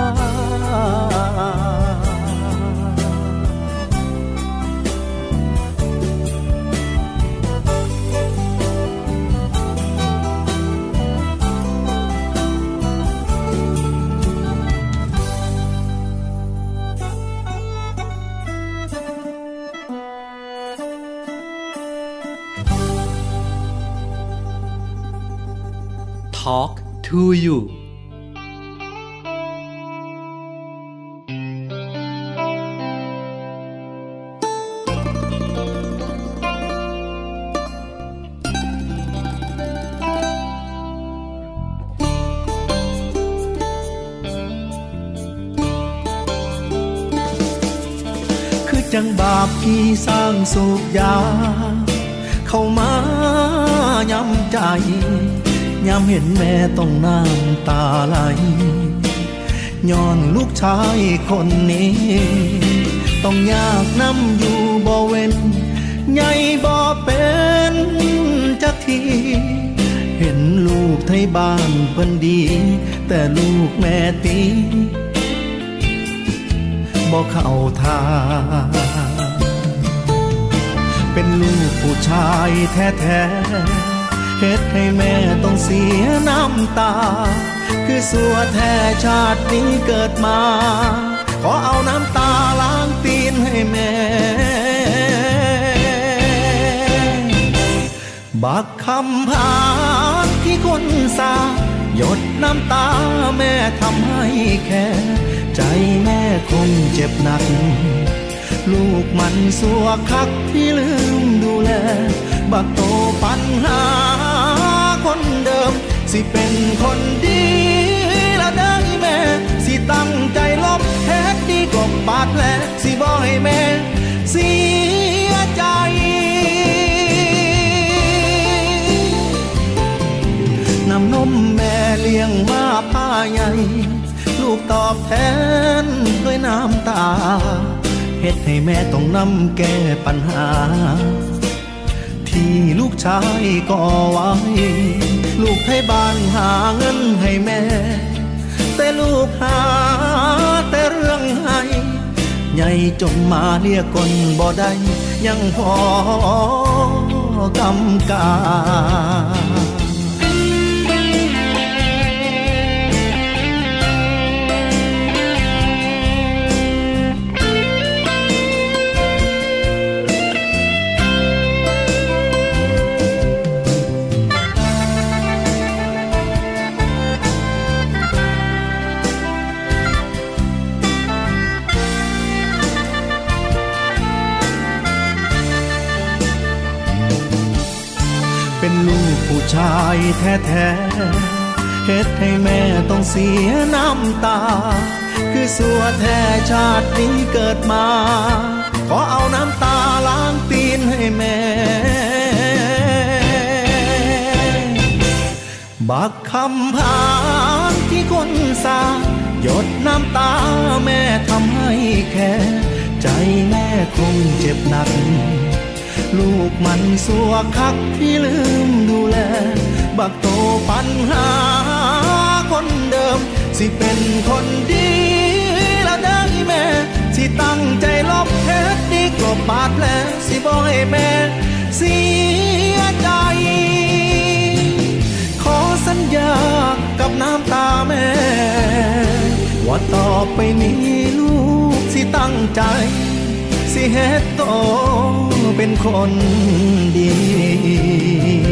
Talk to you คือจังบาปที่สร้างสูบยาเข้ามายำใจยามเห็นแม่ต้องน้ำตาไหลย้อนลูกชายคนนี้ต้องยากน้ำอยู่บ่เว้นใหญ่บ่เป็นจักทีเห็นลูกไทยบ้านเพิ่นดีแต่ลูกแม่ตีบ่เข้าทางเป็นลูกผู้ชายแท้ๆเฮ็ดให้แม่ต้องเสียน้ำตาคือสัวแท้ชาตินี้เกิดมาขอเอาน้ำตาล้างตีนให้แม่บักคำพานที่คนสาหยดน้ำตาแม่ทำให้แค่ใจแม่คงเจ็บหนักลูกมันสัวคักที่ลืมดูแลบักโตปัญหาคนเดิมสิเป็นคนดีละเด้อแม่สิตั้งใจลบเฮ็ดดีกว่าบาดแผลสิบ่ให้แม่เสียใจน้ำนมแม่เลี้ยงมาผ้าใหญ่ลูกตอบแทนด้วยน้ำตาเฮ็ดให้แม่ต้องนำแก้ปัญหาที่ลูกชายก่อไว้ลูกให้บ้านหาเงินให้แม่แต่ลูกหาแต่เรื่องให้ใหญ่จนมาเรียกคนบ่ได้ยังพอกำกาชายแท้ๆเฮ็ดให้แม่ต้องเสียน้ำตาคือสัวแท้ชาตินี้เกิดมาขอเอาน้ำตาล้างตีนให้แม่บักคำพานที่คนสาหยดน้ำตาแม่ทำให้แค่ใจแม่คงเจ็บหนักลูกมันสัวคักที่ลืมดูแลบักโตปัญหาคนเดิมสิเป็นคนดีแล้วได้แม่สิตั้งใจลบเท็จดีกลบบาดแผลสิบ่ให้แม่เสียใจขอสัญญากับน้ำตาแม่ว่าต่อไปนี้ลูกสิตั้งใจสิเฮ็ดโตเป็นคนดี